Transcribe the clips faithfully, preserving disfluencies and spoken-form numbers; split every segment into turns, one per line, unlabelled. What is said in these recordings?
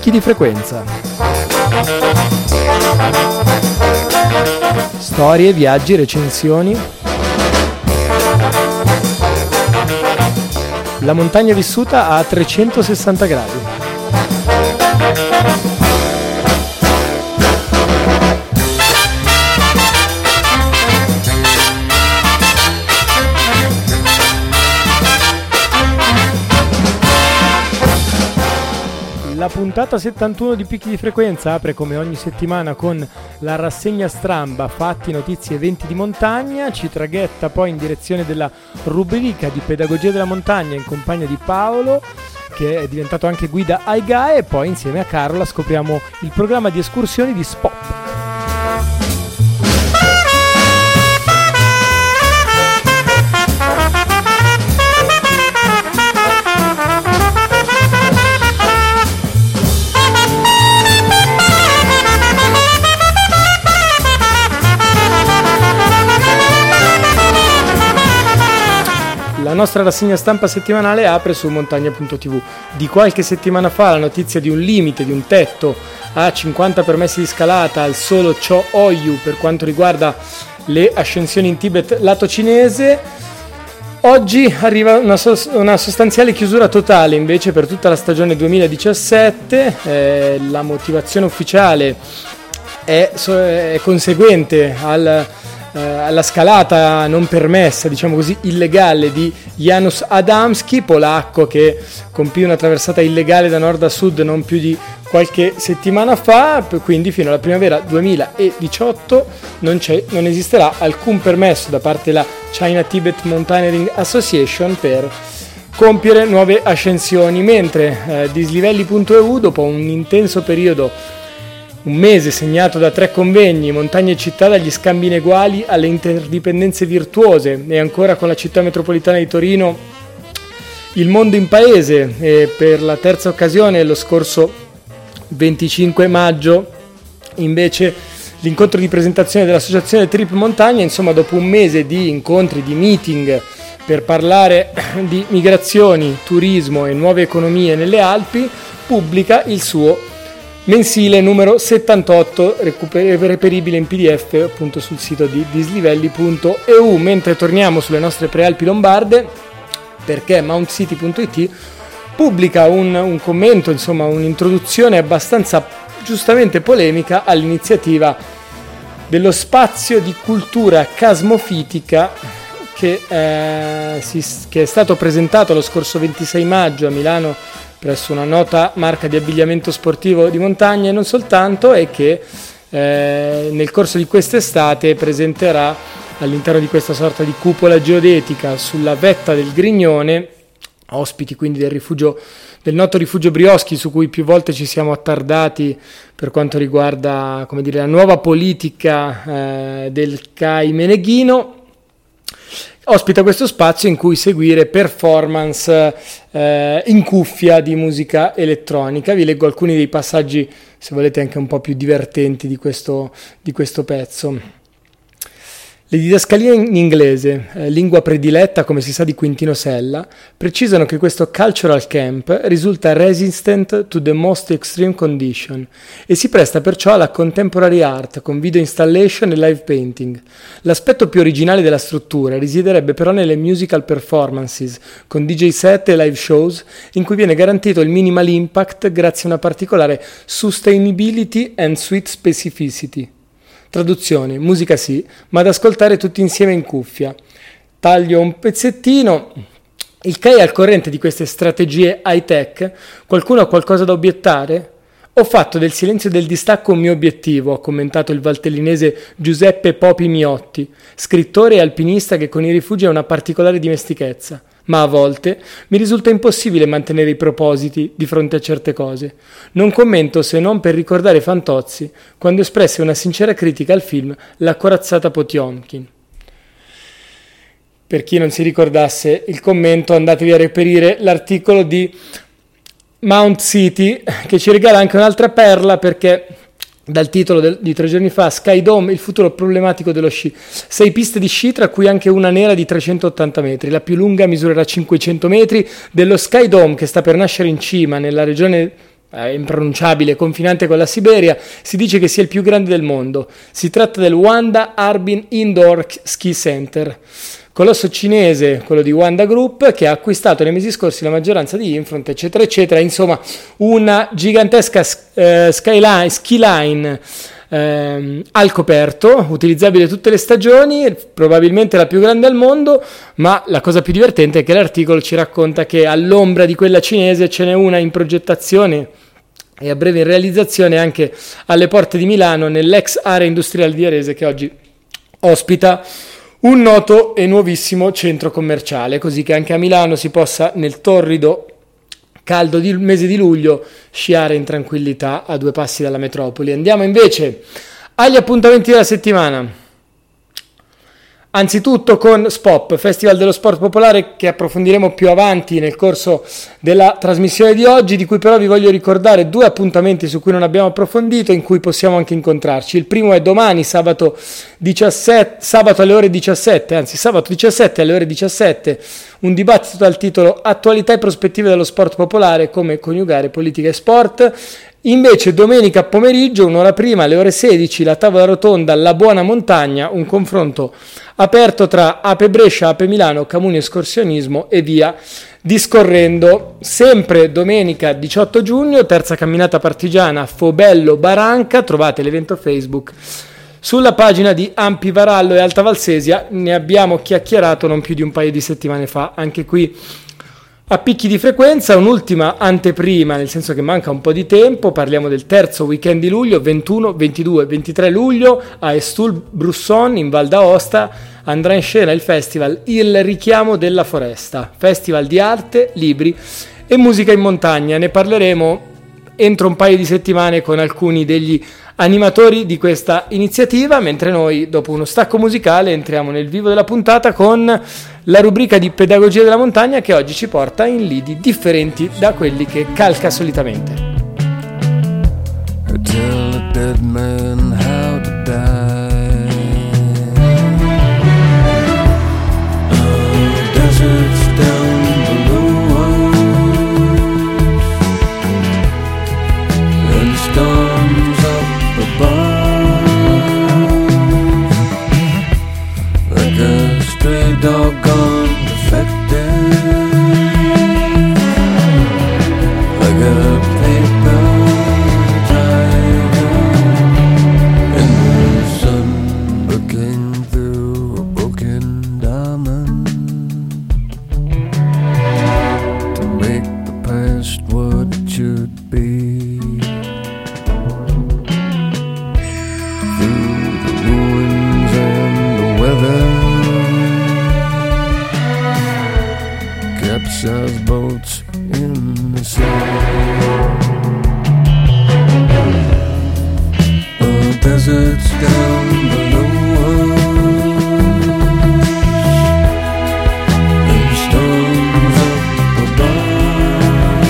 Picchi di frequenza. Storie, viaggi, recensioni. La montagna vissuta a trecentosessanta gradi. La puntata settantuno di Picchi di frequenza apre come ogni settimana con la rassegna stramba fatti, notizie, eventi di montagna. Ci traghetta poi in direzione della rubrica di pedagogia della montagna in compagnia di Paolo, che è diventato anche guida ai G A E, e poi insieme a Carola scopriamo il programma di escursioni di Spop. La nostra rassegna stampa settimanale apre su montagna punto tivù. Di qualche settimana fa la notizia di un limite, di un tetto a cinquanta permessi di scalata al solo Cho Oyu per quanto riguarda le ascensioni in Tibet lato cinese. Oggi arriva una, sos- una sostanziale chiusura totale invece per tutta la stagione duemiladiciassette. Eh, la motivazione ufficiale è, so- è conseguente al alla scalata non permessa, diciamo così, illegale di Janusz Adamski, polacco che compì una traversata illegale da nord a sud non più di qualche settimana fa. Quindi fino alla primavera duemiladiciotto non, c'è, non esisterà alcun permesso da parte della China Tibet Mountaineering Association per compiere nuove ascensioni, mentre eh, dislivelli punto e u, dopo un intenso periodo, un mese segnato da tre convegni, montagne e città, dagli scambi ineguali alle interdipendenze virtuose, e ancora con la città metropolitana di Torino il mondo in paese, e per la terza occasione lo scorso venticinque maggio invece l'incontro di presentazione dell'associazione Trip Montagna. Insomma, dopo un mese di incontri, di meeting per parlare di migrazioni, turismo e nuove economie nelle Alpi, pubblica il suo mensile numero settantotto, recuper- reperibile in P D F appunto sul sito di dislivelli punto e u. Mentre torniamo sulle nostre prealpi lombarde, perché mount city punto it pubblica un, un commento, insomma un'introduzione abbastanza giustamente polemica all'iniziativa dello spazio di cultura casmofitica che, eh, si, che è stato presentato lo scorso ventisei maggio a Milano presso una nota marca di abbigliamento sportivo di montagna e non soltanto, e che eh, nel corso di quest'estate presenterà all'interno di questa sorta di cupola geodetica sulla vetta del Grignone, ospiti quindi del rifugio, del noto rifugio Brioschi, su cui più volte ci siamo attardati per quanto riguarda, come dire, la nuova politica eh, del C A I Meneghino. Ospita questo spazio in cui seguire performance eh, in cuffia di musica elettronica. Vi leggo alcuni dei passaggi, se volete anche un po' più divertenti, di questo, di questo pezzo. Le didascalie in inglese, eh, lingua prediletta come si sa di Quintino Sella, precisano che questo cultural camp risulta resistant to the most extreme condition e si presta perciò alla contemporary art con video installation e live painting. L'aspetto più originale della struttura risiederebbe però nelle musical performances con D J set e live shows, in cui viene garantito il minimal impact grazie a una particolare sustainability and sweet specificity. Traduzione: musica sì, ma da ascoltare tutti insieme in cuffia. Taglio un pezzettino. Il C A I è al corrente di queste strategie high-tech? Qualcuno ha qualcosa da obiettare? Ho fatto del silenzio e del distacco un mio obiettivo, ha commentato il valtellinese Giuseppe Popi Miotti, scrittore e alpinista che con i rifugi ha una particolare dimestichezza. Ma a volte mi risulta impossibile mantenere i propositi di fronte a certe cose. Non commento se non per ricordare Fantozzi quando espresse una sincera critica al film La corazzata Potionkin. Per chi non si ricordasse il commento, andatevi a reperire l'articolo di Mount City, che ci regala anche un'altra perla, perché dal titolo del, di tre giorni fa, Sky Dome, il futuro problematico dello sci. Sei piste di sci, tra cui anche una nera di trecentottanta metri. La più lunga misurerà cinquecento metri. Dello Sky Dome, che sta per nascere in cima, nella regione è impronunciabile, confinante con la Siberia, si dice che sia il più grande del mondo. Si tratta del Wanda Harbin Indoor Ski Center, colosso cinese, quello di Wanda Group, che ha acquistato nei mesi scorsi la maggioranza di Infront, eccetera, eccetera. Insomma, una gigantesca eh, skyline, ski line eh, al coperto, utilizzabile tutte le stagioni, probabilmente la più grande al mondo, ma la cosa più divertente è che l'articolo ci racconta che all'ombra di quella cinese ce n'è una in progettazione e a breve in realizzazione anche alle porte di Milano, nell'ex area industriale di Arese, che oggi ospita un noto e nuovissimo centro commerciale, così che anche a Milano si possa, nel torrido caldo di mese di luglio, sciare in tranquillità a due passi dalla metropoli. Andiamo invece agli appuntamenti della settimana. Anzitutto con S P O P, Festival dello Sport Popolare, che approfondiremo più avanti nel corso della trasmissione di oggi, di cui però vi voglio ricordare due appuntamenti su cui non abbiamo approfondito, in cui possiamo anche incontrarci. Il primo è domani, sabato diciassette, sabato alle ore diciassette, anzi sabato diciassette alle ore diciassette, un dibattito dal titolo Attualità e prospettive dello sport popolare, come coniugare politica e sport. Invece domenica pomeriggio, un'ora prima, alle ore sedici, la tavola rotonda La Buona Montagna, un confronto aperto tra Ape Brescia, Ape Milano, Camuni Escursionismo e via discorrendo. Sempre domenica diciotto giugno, terza camminata partigiana Fobello Baranca, trovate l'evento Facebook sulla pagina di Ampi Varallo e Alta Valsesia. Ne abbiamo chiacchierato non più di un paio di settimane fa, anche qui a picchi di frequenza. Un'ultima anteprima, nel senso che manca un po' di tempo, parliamo del terzo weekend di luglio, ventuno, ventidue, ventitré luglio, a Estul-Brusson in Val d'Aosta andrà in scena il festival Il Richiamo della Foresta, festival di arte, libri e musica in montagna. Ne parleremo entro un paio di settimane con alcuni degli animatori di questa iniziativa, mentre noi, dopo uno stacco musicale, entriamo nel vivo della puntata con la rubrica di pedagogia della montagna, che oggi ci porta in lidi differenti da quelli che calca solitamente. Tell a dead man how to die. Oh, deserts down below us and storms up above, like a stray dog gone defective, like a paper tiger in the sun, looking through a broken diamond to make the past what it should be. Capsized boats in the sea. Oh, deserts down below us and storms up above,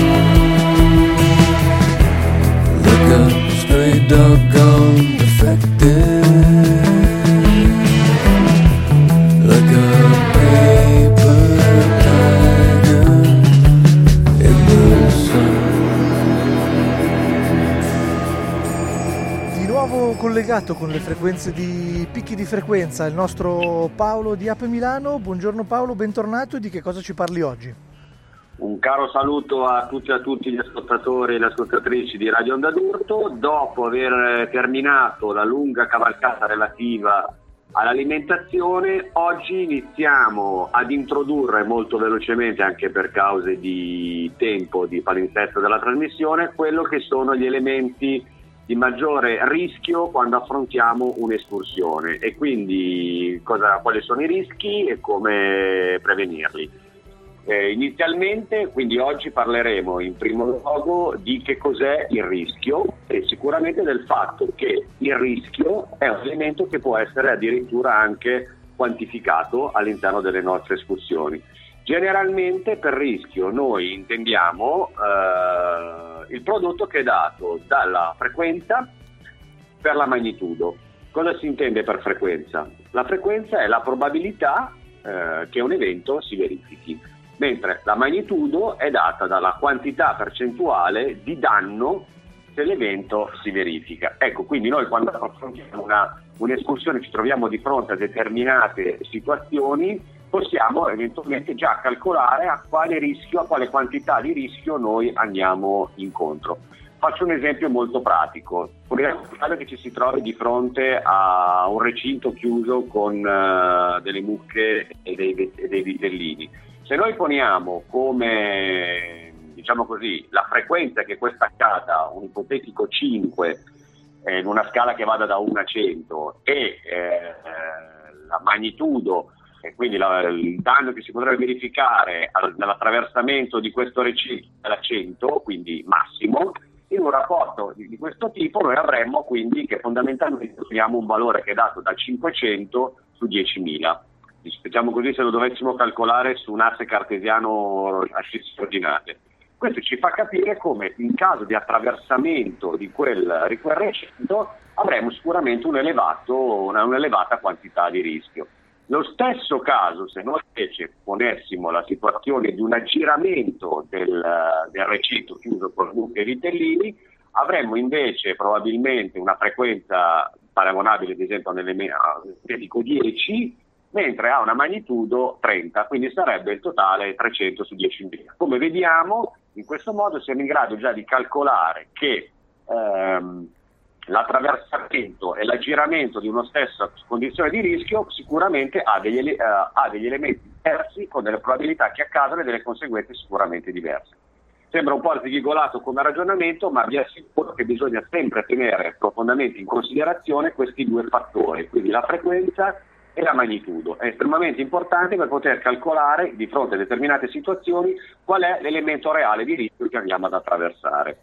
like a stray dog gone defective.
Collegato con le frequenze di picchi di frequenza il nostro Paolo di Ape Milano. Buongiorno Paolo, bentornato. E di che cosa ci parli oggi?
Un caro saluto a tutti e a tutti gli ascoltatori e le ascoltatrici di Radio Onda d'Urto. Dopo aver terminato la lunga cavalcata relativa all'alimentazione, oggi iniziamo ad introdurre molto velocemente, anche per cause di tempo, di palinsesto della trasmissione, quello che sono gli elementi di maggiore rischio quando affrontiamo un'escursione, e quindi cosa, quali sono i rischi e come prevenirli. Eh, inizialmente, quindi oggi parleremo in primo luogo di che cos'è il rischio, e sicuramente del fatto che il rischio è un elemento che può essere addirittura anche quantificato all'interno delle nostre escursioni. Generalmente per rischio noi intendiamo eh, il prodotto che è dato dalla frequenza per la magnitudo. Cosa si intende per frequenza? La frequenza è la probabilità eh, che un evento si verifichi. mentre la magnitudo è data dalla quantità percentuale di danno se l'evento si verifica. Ecco, quindi noi quando affrontiamo una, un'escursione ci troviamo di fronte a determinate situazioni, possiamo eventualmente già calcolare a quale rischio, a quale quantità di rischio noi andiamo incontro. Faccio un esempio molto pratico. Vogliamo che ci si trovi di fronte a un recinto chiuso con uh, delle mucche e dei, e dei vitellini. Se noi poniamo come, diciamo così, la frequenza che questa accada, un ipotetico cinque, eh, in una scala che vada da uno a cento, e eh, la magnitudo, e quindi la, il danno che si potrebbe verificare dall'attraversamento di questo recinto è da cento, quindi massimo, in un rapporto di, di questo tipo noi avremmo quindi che fondamentalmente abbiamo un valore che è dato da cinquecento su diecimila. Diciamo così, se lo dovessimo calcolare su un asse cartesiano a scienze ordinate. Questo ci fa capire come in caso di attraversamento di quel, di quel recinto avremo sicuramente un elevato, una, un'elevata quantità di rischio. Lo stesso caso, se noi invece ponessimo la situazione di un aggiramento del, del recinto chiuso con mucche e vitellini, avremmo invece probabilmente una frequenza paragonabile ad esempio all'elemento dieci, mentre ha una magnitudo trenta, quindi sarebbe il totale trecento su diecimila. Come vediamo, in questo modo siamo in grado già di calcolare che ehm, l'attraversamento e l'aggiramento di una stessa condizione di rischio sicuramente ha degli, ele- uh, ha degli elementi diversi, con delle probabilità che accadono e delle conseguenze sicuramente diverse. Sembra un po' sghigolato come ragionamento, ma vi assicuro che bisogna sempre tenere profondamente in considerazione questi due fattori, quindi la frequenza e la magnitudo. È estremamente importante per poter calcolare di fronte a determinate situazioni qual è l'elemento reale di rischio che andiamo ad attraversare.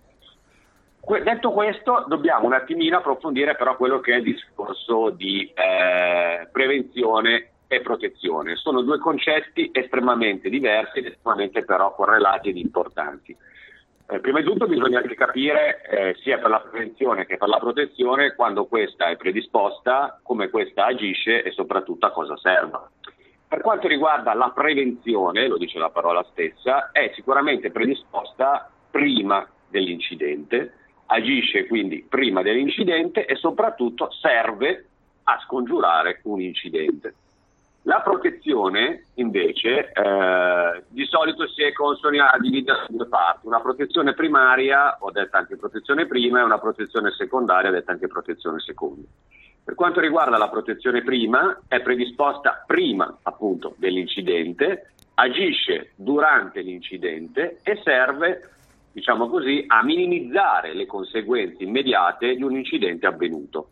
Que- detto questo, dobbiamo un attimino approfondire però quello che è il discorso di eh, prevenzione e protezione. Sono due concetti estremamente diversi ed estremamente però correlati ed importanti. Eh, prima di tutto bisogna anche capire eh, sia per la prevenzione che per la protezione quando questa è predisposta, come questa agisce e soprattutto a cosa serve. Per quanto riguarda la prevenzione, lo dice la parola stessa, è sicuramente predisposta prima dell'incidente, agisce quindi prima dell'incidente e soprattutto serve a scongiurare un incidente. La protezione invece eh, di solito si è consoni a dividere in due parti, una protezione primaria, ho detto anche protezione prima, e una protezione secondaria, detta anche protezione seconda. Per quanto riguarda la protezione prima, è predisposta prima appunto dell'incidente, agisce durante l'incidente e serve, diciamo così, a minimizzare le conseguenze immediate di un incidente avvenuto.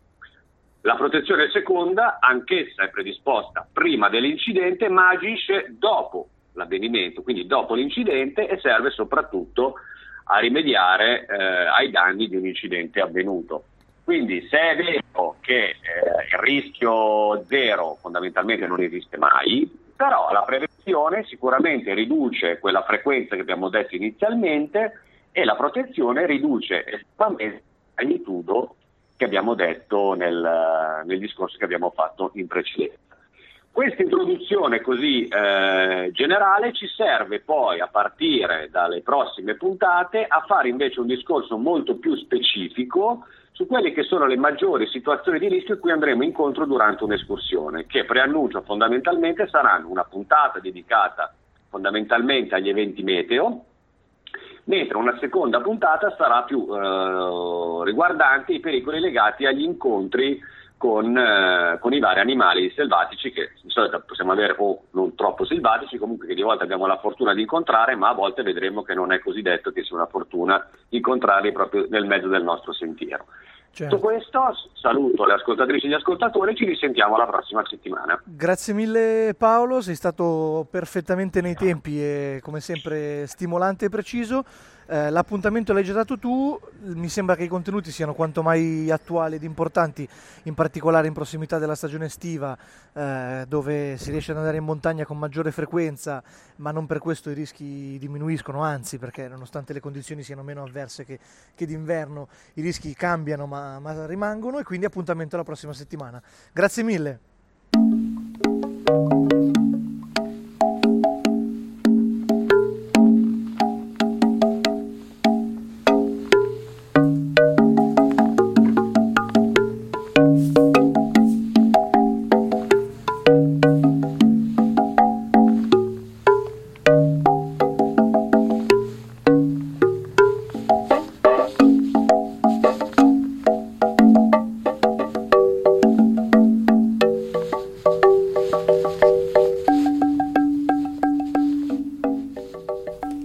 La protezione seconda, anch'essa è predisposta prima dell'incidente, ma agisce dopo l'avvenimento, quindi dopo l'incidente, e serve soprattutto a rimediare eh, ai danni di un incidente avvenuto. Quindi se è vero che eh, il rischio zero fondamentalmente non esiste mai, però la prevenzione sicuramente riduce quella frequenza che abbiamo detto inizialmente e la protezione riduce estremamente la magnitudo che abbiamo detto nel, nel discorso che abbiamo fatto in precedenza. Questa introduzione così eh, generale ci serve poi a partire dalle prossime puntate a fare invece un discorso molto più specifico su quelle che sono le maggiori situazioni di rischio a cui andremo incontro durante un'escursione, che preannuncio fondamentalmente saranno una puntata dedicata fondamentalmente agli eventi meteo, mentre una seconda puntata sarà più eh, riguardante i pericoli legati agli incontri con, eh, con i vari animali selvatici che di solito possiamo avere, o non troppo selvatici, comunque che di volte abbiamo la fortuna di incontrare, ma a volte vedremo che non è così detto che sia una fortuna incontrarli proprio nel mezzo del nostro sentiero. Certo. Tutto questo, saluto le ascoltatrici e gli ascoltatori, ci risentiamo la prossima settimana.
Grazie mille Paolo, sei stato perfettamente nei tempi e come sempre stimolante e preciso. Eh, l'appuntamento l'hai già dato tu, mi sembra che i contenuti siano quanto mai attuali ed importanti, in particolare in prossimità della stagione estiva, eh, dove si riesce ad andare in montagna con maggiore frequenza, ma non per questo i rischi diminuiscono, anzi, perché nonostante le condizioni siano meno avverse che, che d'inverno, i rischi cambiano ma, ma rimangono, e quindi appuntamento alla prossima settimana. Grazie mille.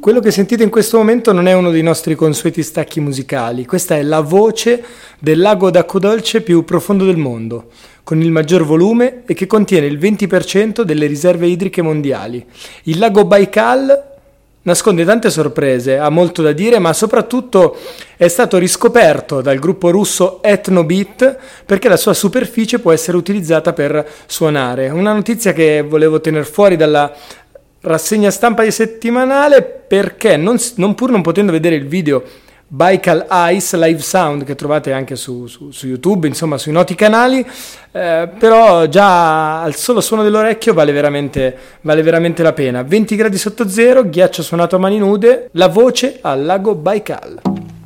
Quello che sentite in questo momento non è uno dei nostri consueti stacchi musicali, questa è la voce del lago d'acqua dolce più profondo del mondo, con il maggior volume e che contiene il venti per cento delle riserve idriche mondiali. Il lago Baikal nasconde tante sorprese, ha molto da dire, ma soprattutto è stato riscoperto dal gruppo russo Ethnobit perché la sua superficie può essere utilizzata per suonare. Una notizia che volevo tenere fuori dalla rassegna stampa di settimanale perché non, non pur non potendo vedere il video Baikal Ice Live Sound che trovate anche su, su, su YouTube, insomma sui noti canali, eh, però già al solo suono dell'orecchio vale veramente, vale veramente la pena. venti gradi sotto zero, ghiaccio suonato a mani nude, la voce al lago Baikal.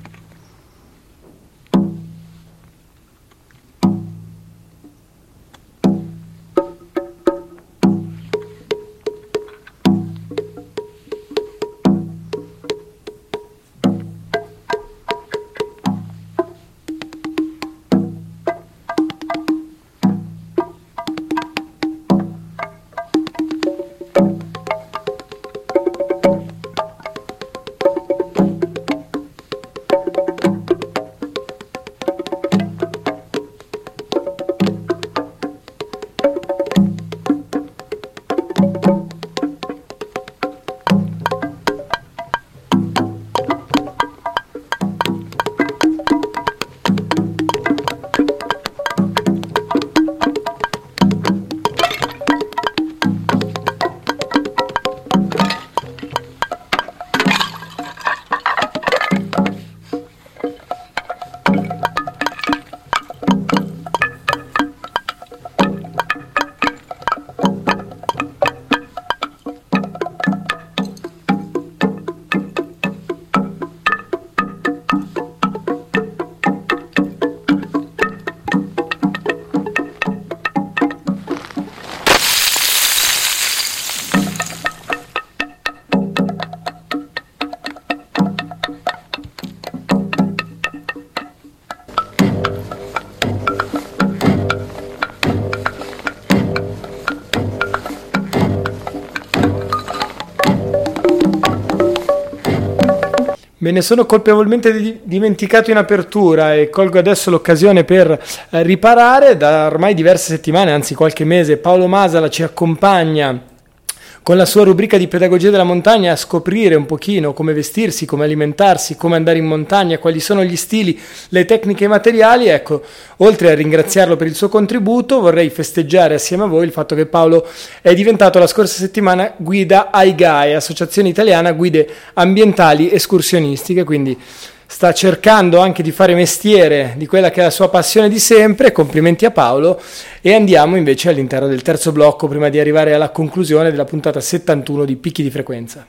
Me ne sono colpevolmente di- dimenticato in apertura e colgo adesso l'occasione per eh, riparare. Da ormai diverse settimane, anzi qualche mese, Paolo Masala ci accompagna con la sua rubrica di pedagogia della montagna a scoprire un pochino come vestirsi, come alimentarsi, come andare in montagna, quali sono gli stili, le tecniche e i materiali. Ecco, oltre a ringraziarlo per il suo contributo, vorrei festeggiare assieme a voi il fatto che Paolo è diventato la scorsa settimana guida AIGAE, Associazione Italiana Guide Ambientali Escursionistiche, quindi sta cercando anche di fare mestiere di quella che è la sua passione di sempre. Complimenti a Paolo, e andiamo invece all'interno del terzo blocco prima di arrivare alla conclusione della puntata settantuno di Picchi di Frequenza.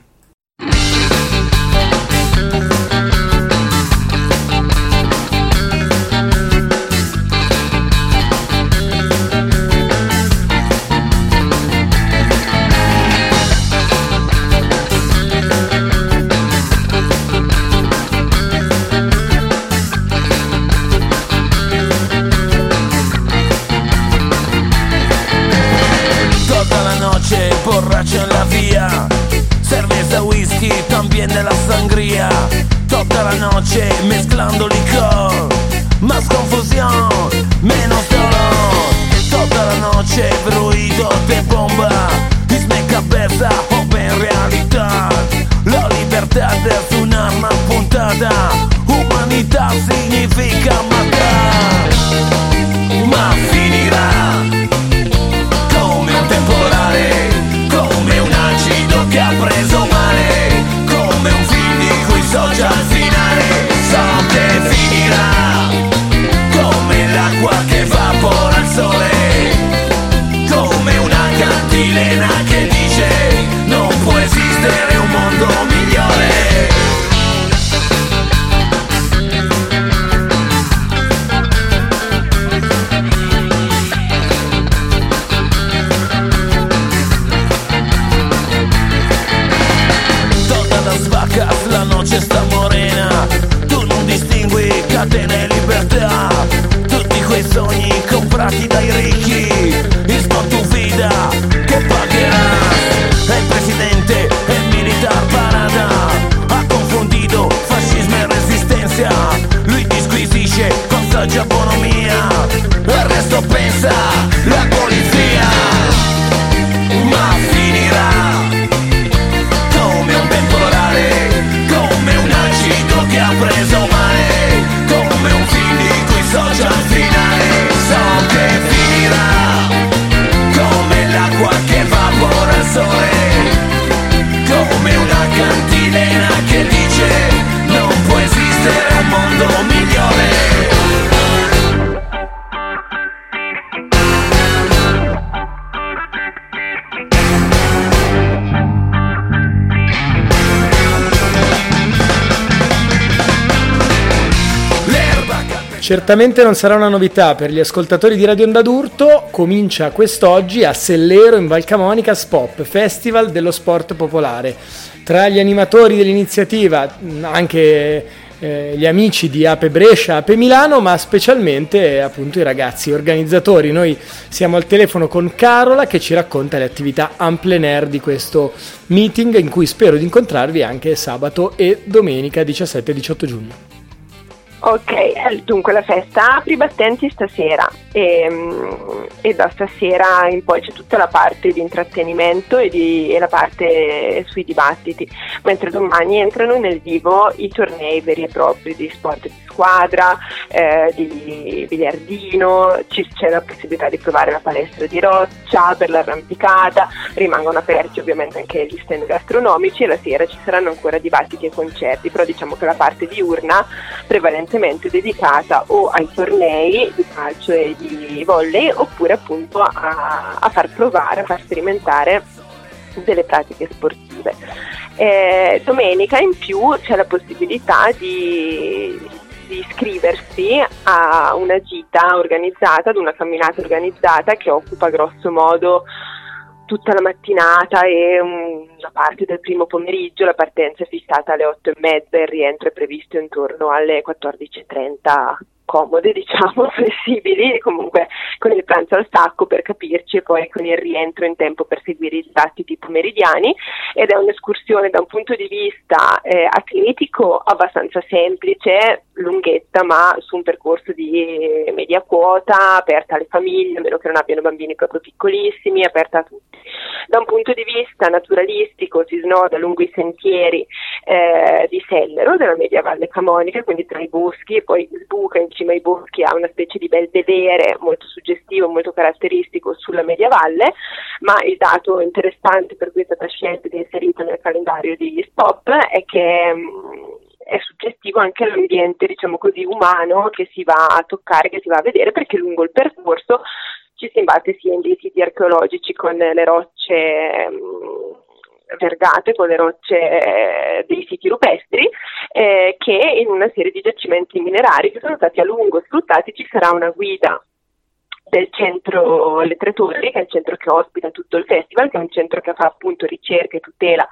Borracho en la vía, cerveza, whisky, también de la sangría. Toda la noche mezclando licor, más confusión, menos dolor. Toda la noche ruido de bomba, disme cabeza, open realidad. La libertad es un arma apuntada, humanidad significa matar. Ma finirà come un temporale, come un acido che ha preso male, come un film di cui so già il finale. So che finirà come l'acqua che evapora il sole, come una cantilena che dice non può esistere un mondo migliore. passa la polizia, ma finirà come un temporale, come un acido che ha preso male, come un film di cui so già il finale. So che finirà come l'acqua che evapora il sole, come una cantilena che dice non può esistere un mondo migliore.
Certamente non sarà una novità per gli ascoltatori di Radio Onda d'Urto. Comincia quest'oggi a Sellero in Val Camonica Spop, Festival dello Sport Popolare. Tra gli animatori dell'iniziativa anche eh, gli amici di Ape Brescia, Ape Milano, ma specialmente appunto i ragazzi organizzatori. Noi siamo al telefono con Carola che ci racconta le attività en plein air di questo meeting, in cui spero di incontrarvi anche sabato e domenica diciassette e diciotto giugno.
Ok, dunque la festa apre i battenti stasera e, e da stasera in poi c'è tutta la parte di intrattenimento e, di, e la parte sui dibattiti, mentre domani entrano nel vivo i tornei veri e propri di sport di squadra, eh, di biliardino, ci, c'è la possibilità di provare la palestra di roccia per l'arrampicata, rimangono aperti ovviamente anche gli stand gastronomici e la sera ci saranno ancora dibattiti e concerti, però diciamo che la parte diurna prevalentemente dedicata o ai tornei di calcio e di volley oppure appunto a, a far provare, a far sperimentare delle pratiche sportive. Eh, domenica in più c'è la possibilità di, di iscriversi a una gita organizzata, ad una camminata organizzata che occupa grosso modo tutta la mattinata e una parte del primo pomeriggio. La partenza è fissata alle otto e mezza e il rientro è previsto intorno alle quattordici e trenta, comode, diciamo, flessibili, comunque con il pranzo al stacco per capirci e poi con il rientro in tempo per seguire i dibattiti pomeridiani, ed è un'escursione da un punto di vista eh, atletico abbastanza semplice, lunghetta, ma su un percorso di media quota, aperta alle famiglie, a meno che non abbiano bambini proprio piccolissimi, aperta a tutti. Da un punto di vista naturalistico si snoda lungo i sentieri eh, di Sellero, della media Valle Camonica, quindi tra i boschi, e poi sbuca in cima ai boschi a una specie di belvedere molto suggestivo, molto caratteristico sulla media valle, ma il dato interessante per cui è stata scelta ed inserita nel calendario di Spop è che mh, è suggestivo anche l'ambiente, diciamo così, umano che si va a toccare, che si va a vedere, perché lungo il percorso ci si imbatte sia in dei siti archeologici con le rocce mh, vergate, con le rocce eh, dei siti rupestri, eh, che in una serie di giacimenti minerari che sono stati a lungo sfruttati. Ci sarà una guida del centro Le Tre Torri, che è il centro che ospita tutto il festival, che è un centro che fa appunto ricerca e tutela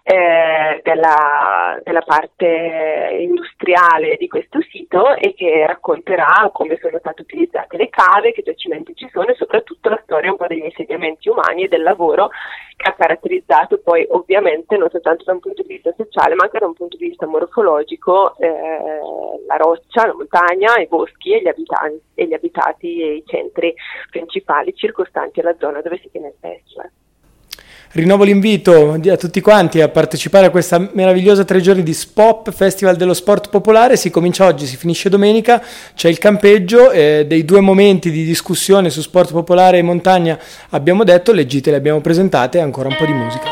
eh, della, della parte industriale di questo sito, e che racconterà come sono state utilizzate le cave, che giacimenti ci sono, e soprattutto la storia un po' degli insediamenti umani e del lavoro che ha caratterizzato poi ovviamente non soltanto da un punto di vista sociale ma anche da un punto di vista morfologico eh, la roccia, la montagna, i boschi e gli abitanti e gli abitati e i centri principali circostanti alla zona dove si tiene il festival.
Rinnovo l'invito a tutti quanti a partecipare a questa meravigliosa tre giorni di Spop, Festival dello Sport Popolare. Si comincia oggi, si finisce domenica, c'è il campeggio, eh, dei due momenti di discussione su sport popolare e montagna abbiamo detto, le gite le abbiamo presentate, ancora un po' di musica.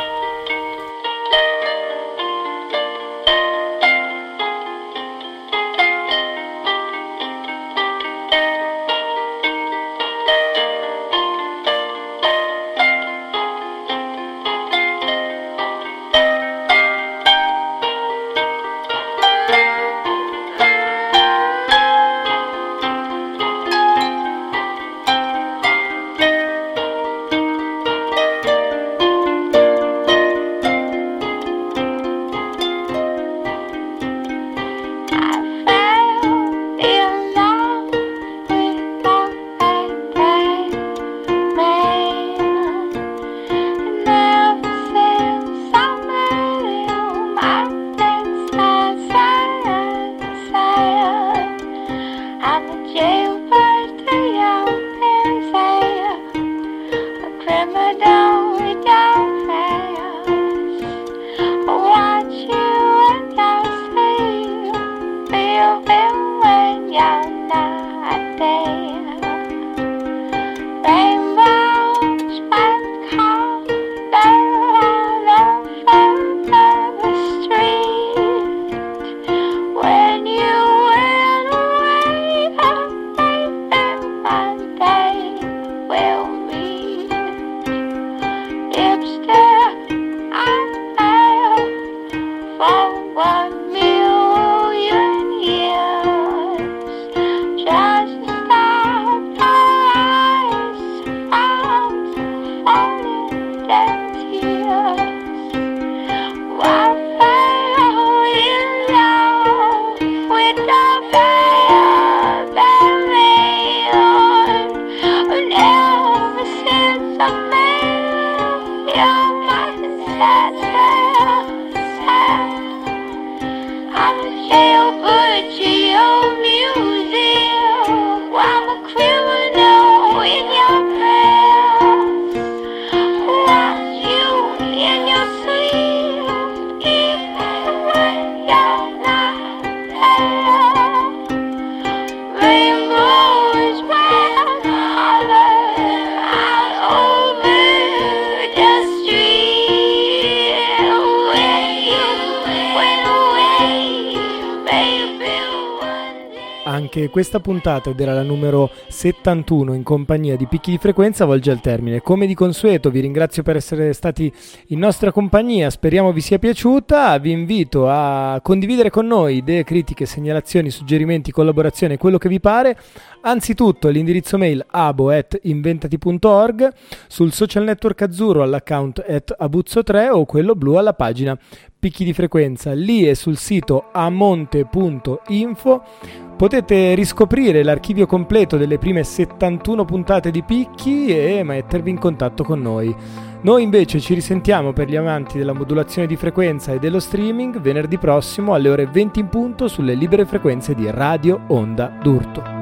Anche questa puntata, ed era la numero settantuno in compagnia di Picchi di Frequenza, volge al termine. Come di consueto vi ringrazio per essere stati in nostra compagnia, speriamo vi sia piaciuta. Vi invito a condividere con noi idee, critiche, segnalazioni, suggerimenti, collaborazioni, quello che vi pare. Anzitutto l'indirizzo mail abo at inventati punto org, sul social network azzurro all'account at abuzzo tre o quello blu alla pagina Picchi di Frequenza. Lì e sul sito amonte punto info potete riscoprire l'archivio completo delle prime settantuno puntate di Picchi e mettervi in contatto con noi. Noi invece ci risentiamo, per gli amanti della modulazione di frequenza e dello streaming, venerdì prossimo alle ore venti in punto sulle libere frequenze di Radio Onda d'Urto.